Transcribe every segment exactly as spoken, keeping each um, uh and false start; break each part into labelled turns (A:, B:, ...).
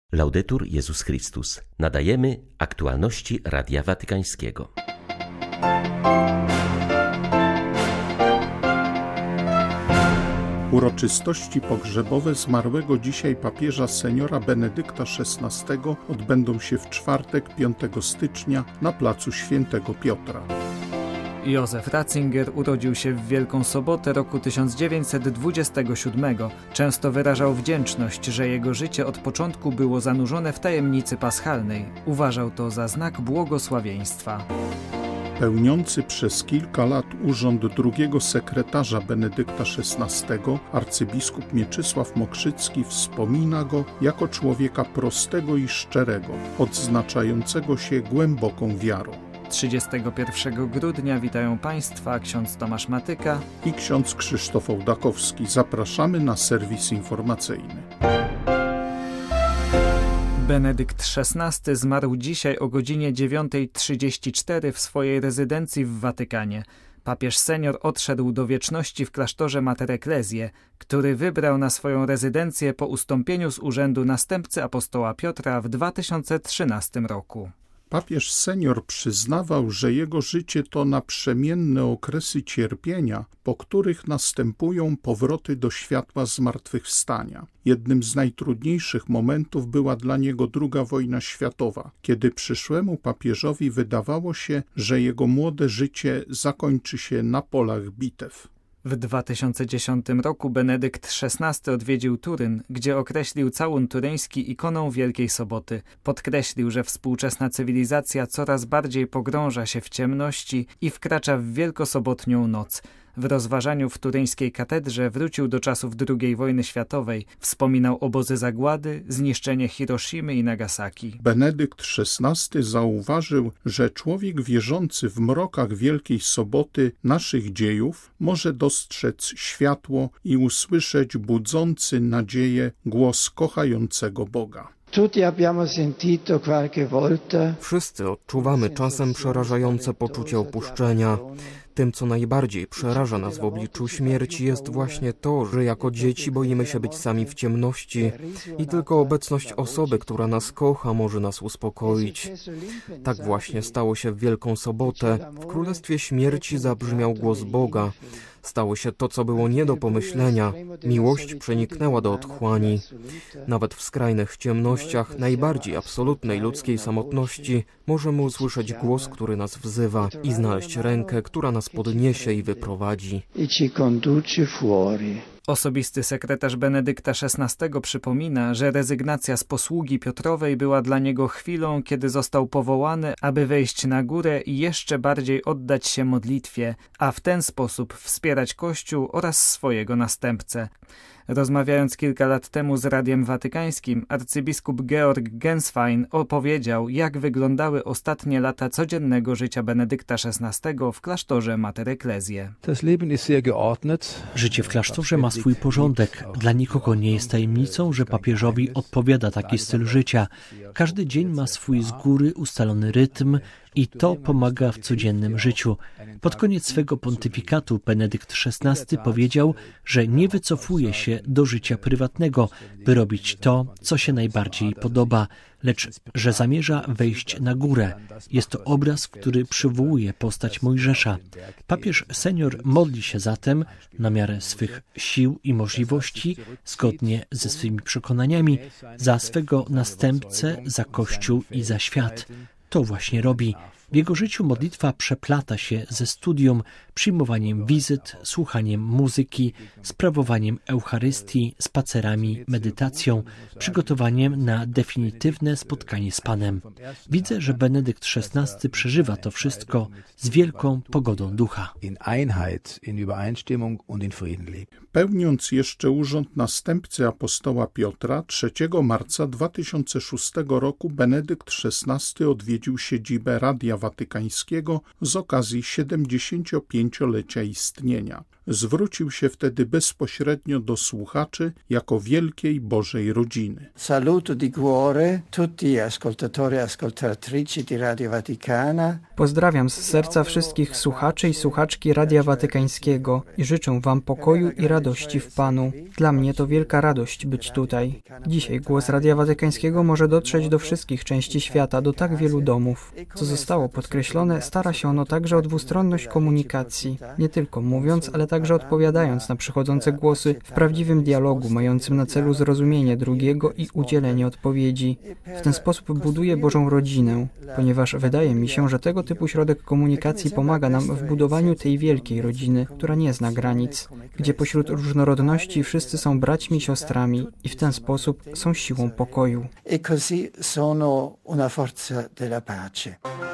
A: Laudetur Jezus Chrystus. Nadajemy aktualności Radia Watykańskiego.
B: Uroczystości pogrzebowe zmarłego dzisiaj papieża seniora Benedykta szesnastego odbędą się w czwartek, piątego stycznia na placu Świętego Piotra.
C: Józef Ratzinger urodził się w Wielką Sobotę roku tysiąc dziewięćset dwudziestego siódmego. Często wyrażał wdzięczność, że jego życie od początku było zanurzone w tajemnicy paschalnej. Uważał to za znak błogosławieństwa.
B: Pełniący przez kilka lat urząd drugiego sekretarza Benedykta szesnastego, arcybiskup Mieczysław Mokrzycki wspomina go jako człowieka prostego i szczerego, odznaczającego się głęboką wiarą.
C: trzydziestego pierwszego grudnia witają Państwa ksiądz Tomasz Matyka
B: i ksiądz Krzysztof Ołdakowski. Zapraszamy na serwis informacyjny.
C: Benedykt szesnasty zmarł dzisiaj o godzinie dziewiąta trzydzieści cztery w swojej rezydencji w Watykanie. Papież senior odszedł do wieczności w klasztorze Mater Ecclesiae, który wybrał na swoją rezydencję po ustąpieniu z urzędu następcy apostoła Piotra w dwa tysiące trzynastym roku.
B: Papież senior przyznawał, że jego życie to naprzemienne okresy cierpienia, po których następują powroty do światła zmartwychwstania. Jednym z najtrudniejszych momentów była dla niego druga wojna światowa, kiedy przyszłemu papieżowi wydawało się, że jego młode życie zakończy się na polach bitew.
C: W dwa tysiące dziesiątym roku Benedykt szesnasty odwiedził Turyn, gdzie określił całun turyński ikoną Wielkiej Soboty. Podkreślił, że współczesna cywilizacja coraz bardziej pogrąża się w ciemności i wkracza w wielkosobotnią noc. W rozważaniu w turyńskiej katedrze wrócił do czasów drugiej wojny światowej. Wspominał obozy zagłady, zniszczenie Hiroshimy i Nagasaki.
B: Benedykt szesnasty zauważył, że człowiek wierzący w mrokach Wielkiej Soboty naszych dziejów może dostrzec światło i usłyszeć budzący nadzieję głos kochającego Boga.
D: Wszyscy odczuwamy czasem przerażające poczucie opuszczenia. Tym, co najbardziej przeraża nas w obliczu śmierci, jest właśnie to, że jako dzieci boimy się być sami w ciemności i tylko obecność osoby, która nas kocha, może nas uspokoić. Tak właśnie stało się w Wielką Sobotę. W Królestwie Śmierci zabrzmiał głos Boga. Stało się to, co było nie do pomyślenia. Miłość przeniknęła do otchłani. Nawet w skrajnych ciemnościach, najbardziej absolutnej ludzkiej samotności, możemy usłyszeć głos, który nas wzywa i znaleźć rękę, która nas podniesie i wyprowadzi.
C: Osobisty sekretarz Benedykta szesnastego przypomina, że rezygnacja z posługi Piotrowej była dla niego chwilą, kiedy został powołany, aby wejść na górę i jeszcze bardziej oddać się modlitwie, a w ten sposób wspierać Kościół oraz swojego następcę. Rozmawiając kilka lat temu z Radiem Watykańskim, arcybiskup Georg Genswein opowiedział, jak wyglądały ostatnie lata codziennego życia Benedykta szesnastego w klasztorze Mater Ecclesiae.
E: Życie w klasztorze ma swój porządek. Dla nikogo nie jest tajemnicą, że papieżowi odpowiada taki styl życia. Każdy dzień ma swój z góry ustalony rytm i to pomaga w codziennym życiu. Pod koniec swego pontyfikatu Benedykt szesnasty powiedział, że nie wycofuje się do życia prywatnego, by robić to, co się najbardziej podoba, lecz że zamierza wejść na górę. Jest to obraz, który przywołuje postać Mojżesza. Papież senior modli się zatem, na miarę swych sił i możliwości, zgodnie ze swymi przekonaniami, za swego następcę, za Kościół i za świat. To właśnie robi. W jego życiu modlitwa przeplata się ze studium, przyjmowaniem wizyt, słuchaniem muzyki, sprawowaniem Eucharystii, spacerami, medytacją, przygotowaniem na definitywne spotkanie z Panem. Widzę, że Benedykt szesnasty przeżywa to wszystko z wielką pogodą ducha.
B: Pełniąc jeszcze urząd następcy apostoła Piotra, trzeciego marca dwa tysiące szóstego roku Benedykt szesnasty odwiedził siedzibę Radia Watykańskiego z okazji siedemdziesięciopięciolecia istnienia. zwrócił się wtedy bezpośrednio do słuchaczy jako wielkiej Bożej rodziny.
F: Saluto di cuore tutti ascoltatori e ascoltatrici di Radio Vaticana.
G: Pozdrawiam z serca wszystkich słuchaczy i słuchaczki Radia Watykańskiego i życzę Wam pokoju i radości w Panu. Dla mnie to wielka radość być tutaj. Dzisiaj głos Radia Watykańskiego może dotrzeć do wszystkich części świata, do tak wielu domów. Co zostało podkreślone, stara się ono także o dwustronność komunikacji, nie tylko mówiąc, ale także odpowiadając na przychodzące głosy w prawdziwym dialogu, mającym na celu zrozumienie drugiego i udzielenie odpowiedzi. W ten sposób buduje Bożą rodzinę, ponieważ wydaje mi się, że tego typu środek komunikacji pomaga nam w budowaniu tej wielkiej rodziny, która nie zna granic, gdzie pośród różnorodności wszyscy są braćmi i siostrami i w ten sposób są siłą pokoju.
F: E così sono una forza della pace.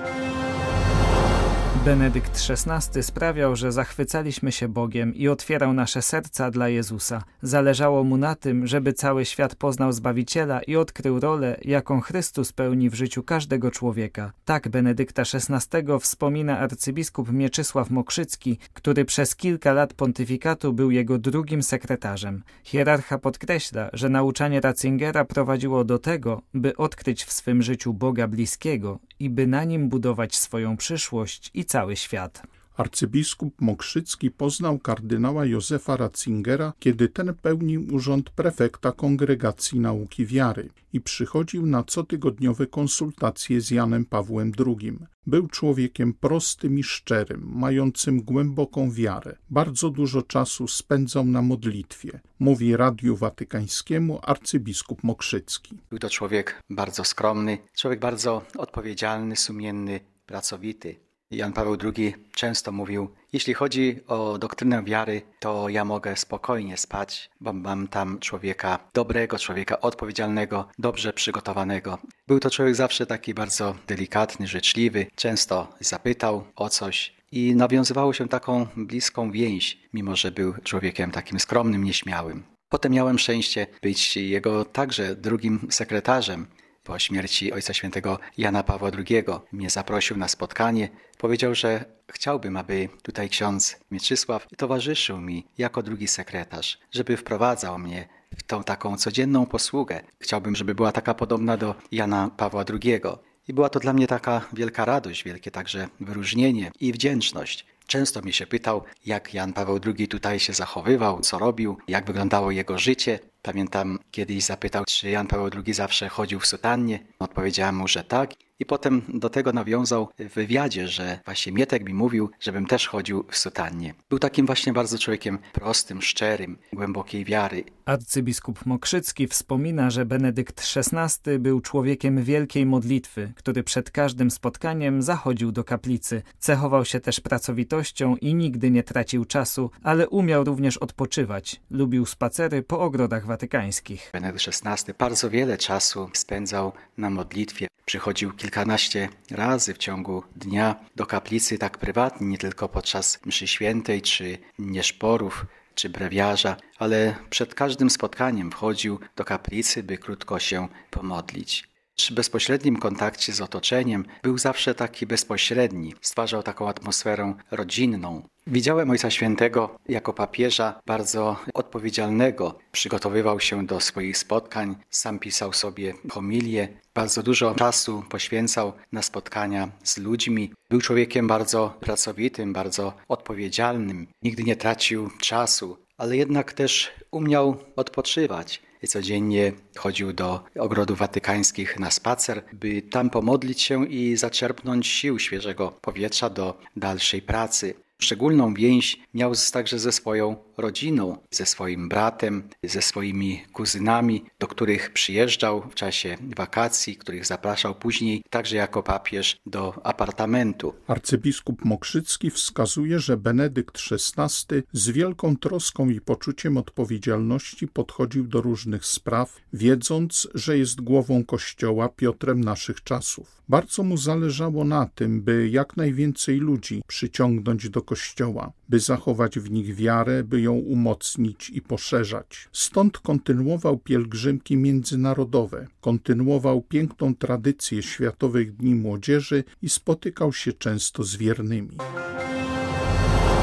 C: Benedykt szesnasty sprawiał, że zachwycaliśmy się Bogiem i otwierał nasze serca dla Jezusa. Zależało mu na tym, żeby cały świat poznał Zbawiciela i odkrył rolę, jaką Chrystus pełni w życiu każdego człowieka. Tak Benedykta szesnastego wspomina arcybiskup Mieczysław Mokrzycki, który przez kilka lat pontyfikatu był jego drugim sekretarzem. Hierarcha podkreśla, że nauczanie Ratzingera prowadziło do tego, by odkryć w swym życiu Boga bliskiego i by na nim budować swoją przyszłość i cały świat.
B: Arcybiskup Mokrzycki poznał kardynała Józefa Ratzingera, kiedy ten pełnił urząd prefekta Kongregacji Nauki Wiary i przychodził na cotygodniowe konsultacje z Janem Pawłem drugim. Był człowiekiem prostym i szczerym, mającym głęboką wiarę. Bardzo dużo czasu spędzał na modlitwie, mówi Radiu Watykańskiemu arcybiskup Mokrzycki.
H: Był to człowiek bardzo skromny, człowiek bardzo odpowiedzialny, sumienny, pracowity. Jan Paweł drugi często mówił, jeśli chodzi o doktrynę wiary, to ja mogę spokojnie spać, bo mam tam człowieka dobrego, człowieka odpowiedzialnego, dobrze przygotowanego. Był to człowiek zawsze taki bardzo delikatny, życzliwy, często zapytał o coś i nawiązywało się taką bliską więź, mimo że był człowiekiem takim skromnym, nieśmiałym. Potem miałem szczęście być jego także drugim sekretarzem. Po śmierci Ojca Świętego Jana Pawła drugiego mnie zaprosił na spotkanie. Powiedział, że chciałbym, aby tutaj ksiądz Mieczysław towarzyszył mi jako drugi sekretarz, żeby wprowadzał mnie w tą taką codzienną posługę. Chciałbym, żeby była taka podobna do Jana Pawła drugiego. I była to dla mnie taka wielka radość, wielkie także wyróżnienie i wdzięczność. Często mi się pytał, jak Jan Paweł drugi tutaj się zachowywał, co robił, jak wyglądało jego życie. Pamiętam, kiedyś zapytał, czy Jan Paweł drugi zawsze chodził w sutannie. Odpowiedziałem mu, że tak. I potem do tego nawiązał w wywiadzie, że właśnie Mietek mi mówił, żebym też chodził w sutannie. Był takim właśnie bardzo człowiekiem prostym, szczerym, głębokiej wiary.
C: Arcybiskup Mokrzycki wspomina, że Benedykt szesnasty był człowiekiem wielkiej modlitwy, który przed każdym spotkaniem zachodził do kaplicy. Cechował się też pracowitością i nigdy nie tracił czasu, ale umiał również odpoczywać. Lubił spacery po ogrodach watykańskich.
H: Benedykt szesnasty bardzo wiele czasu spędzał na modlitwie. Przychodził kilkanaście razy w ciągu dnia do kaplicy tak prywatnie, nie tylko podczas mszy świętej, czy nieszporów, czy brewiarza, ale przed każdym spotkaniem wchodził do kaplicy, by krótko się pomodlić. Przy bezpośrednim kontakcie z otoczeniem był zawsze taki bezpośredni, stwarzał taką atmosferę rodzinną. Widziałem Ojca Świętego jako papieża bardzo odpowiedzialnego. Przygotowywał się do swoich spotkań, sam pisał sobie homilie, bardzo dużo czasu poświęcał na spotkania z ludźmi. Był człowiekiem bardzo pracowitym, bardzo odpowiedzialnym, nigdy nie tracił czasu, ale jednak też umiał odpoczywać. Codziennie chodził do ogrodów watykańskich na spacer, by tam pomodlić się i zaczerpnąć sił, świeżego powietrza do dalszej pracy. Szczególną więź miał także ze swoją rodziną, ze swoim bratem, ze swoimi kuzynami, do których przyjeżdżał w czasie wakacji, których zapraszał później także jako papież do apartamentu.
B: Arcybiskup Mokrzycki wskazuje, że Benedykt szesnasty z wielką troską i poczuciem odpowiedzialności podchodził do różnych spraw, wiedząc, że jest głową Kościoła, Piotrem naszych czasów. Bardzo mu zależało na tym, by jak najwięcej ludzi przyciągnąć do Kościoła, by zachować w nich wiarę, by ją umocnić i poszerzać. Stąd kontynuował pielgrzymki międzynarodowe, kontynuował piękną tradycję Światowych Dni Młodzieży i spotykał się często z wiernymi.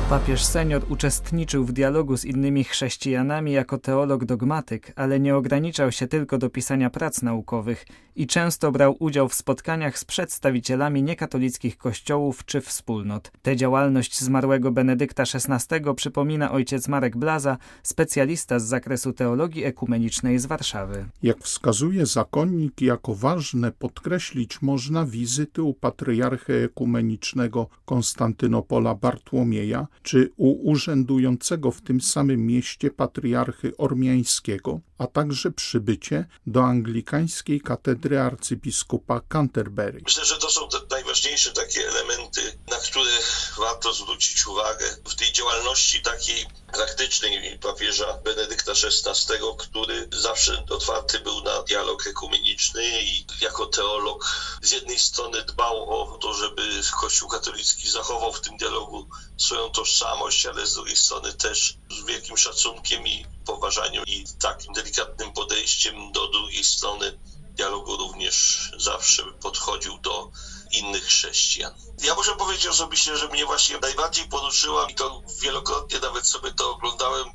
C: Papież senior uczestniczył w dialogu z innymi chrześcijanami jako teolog-dogmatyk, ale nie ograniczał się tylko do pisania prac naukowych i często brał udział w spotkaniach z przedstawicielami niekatolickich kościołów czy wspólnot. Tę działalność zmarłego Benedykta szesnastego przypomina ojciec Marek Blaza, specjalista z zakresu teologii ekumenicznej z Warszawy.
B: Jak wskazuje zakonnik, jako ważne podkreślić można wizyty u patriarchy ekumenicznego Konstantynopola Bartłomieja, czy u urzędującego w tym samym mieście patriarchy ormiańskiego, a także przybycie do anglikańskiej katedry arcybiskupa Canterbury.
I: Myślę, że to są te najważniejsze takie elementy, na które warto zwrócić uwagę w tej działalności takiej praktycznej papieża Benedykta szesnastego, który zawsze otwarty był na dialog ekumeniczny i jako teolog z jednej strony dbał o to, żeby Kościół katolicki zachował w tym dialogu swoją tożsamość, ale z drugiej strony też z wielkim szacunkiem i poważaniem i takim delikatnym podejściem do drugiej strony dialogu również zawsze podchodził do innych chrześcijan. Ja muszę powiedzieć osobiście, że mnie właśnie najbardziej poruszyła i to wielokrotnie nawet sobie to oglądałem,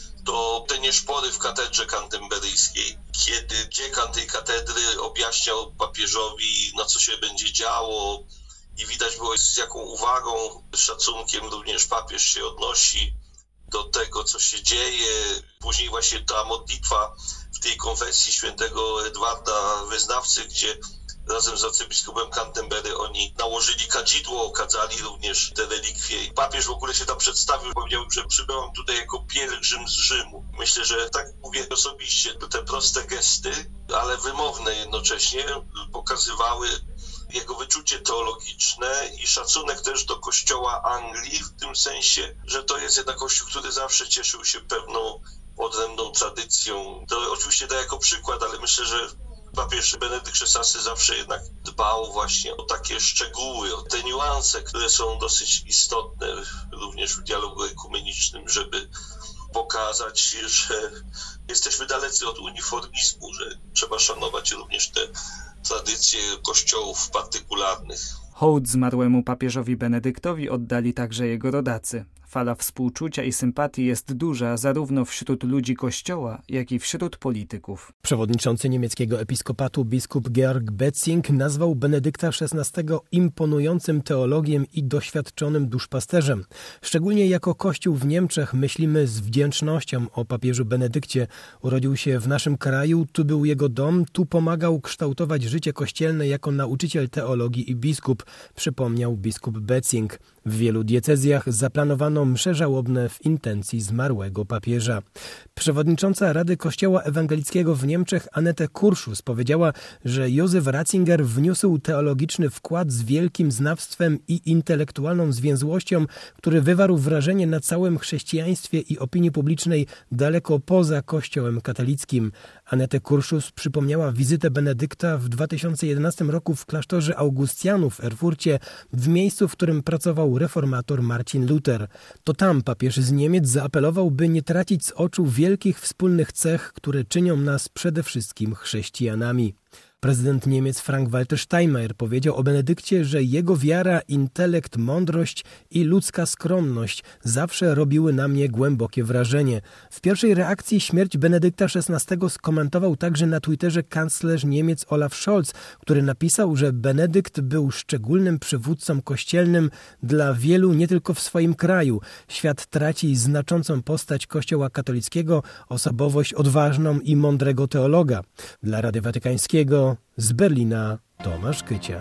I: to te nieszpory w katedrze kanterburyjskiej, kiedy dziekan tej katedry objaśniał papieżowi, no co się będzie działo i widać było z jaką uwagą, szacunkiem również papież się odnosi do tego, co się dzieje. Później właśnie ta modlitwa w tej konfesji świętego Edwarda Wyznawcy, gdzie razem z arcybiskupem Canterbury oni nałożyli kadzidło, okadzali również te relikwie. I papież w ogóle się tam przedstawił, powiedział, że przybyłam tutaj jako pielgrzym z Rzymu. Myślę, że tak mówię osobiście, te proste gesty, ale wymowne jednocześnie, pokazywały jego wyczucie teologiczne i szacunek też do kościoła Anglii, w tym sensie, że to jest jednak kościół, który zawsze cieszył się pewną odrębną tradycją. To oczywiście daję jako przykład, ale myślę, że papież Benedykt szesnasty zawsze jednak dbał właśnie o takie szczegóły, o te niuanse, które są dosyć istotne również w dialogu ekumenicznym, żeby pokazać, że jesteśmy dalecy od uniformizmu, że trzeba szanować również te tradycje kościołów partykularnych.
C: Hołd zmarłemu papieżowi Benedyktowi oddali także jego rodacy. Fala współczucia i sympatii jest duża zarówno wśród ludzi Kościoła, jak i wśród polityków.
J: Przewodniczący niemieckiego episkopatu biskup Georg Betzing nazwał Benedykta szesnastego imponującym teologiem i doświadczonym duszpasterzem. Szczególnie jako Kościół w Niemczech myślimy z wdzięcznością o papieżu Benedykcie. Urodził się w naszym kraju, tu był jego dom, tu pomagał kształtować życie kościelne jako nauczyciel teologii i biskup, przypomniał biskup Betzing. W wielu diecezjach zaplanowano msze żałobne w intencji zmarłego papieża. Przewodnicząca Rady Kościoła Ewangelickiego w Niemczech Annette Kurschus powiedziała, że Józef Ratzinger wniósł teologiczny wkład z wielkim znawstwem i intelektualną zwięzłością, który wywarł wrażenie na całym chrześcijaństwie i opinii publicznej daleko poza Kościołem katolickim. Annette Kurschus przypomniała wizytę Benedykta w dwa tysiące jedenastym roku w klasztorze Augustianów w Erfurcie, w miejscu, w którym pracował reformator Marcin Luther. To tam papież z Niemiec zaapelował, by nie tracić z oczu wielkich wspólnych cech, które czynią nas przede wszystkim chrześcijanami. Prezydent Niemiec Frank-Walter Steinmeier powiedział o Benedykcie, że jego wiara, intelekt, mądrość i ludzka skromność zawsze robiły na mnie głębokie wrażenie. W pierwszej reakcji śmierć Benedykta szesnastego skomentował także na Twitterze kanclerz Niemiec Olaf Scholz, który napisał, że Benedykt był szczególnym przywódcą kościelnym dla wielu nie tylko w swoim kraju. Świat traci znaczącą postać Kościoła katolickiego, osobowość odważną i mądrego teologa. Dla Radia Watykańskiego z Berlina Tomasz Kycia.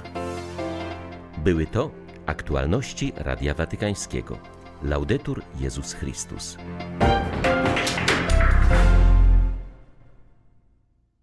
A: Były to aktualności Radia Watykańskiego. Laudetur Jezus Chrystus.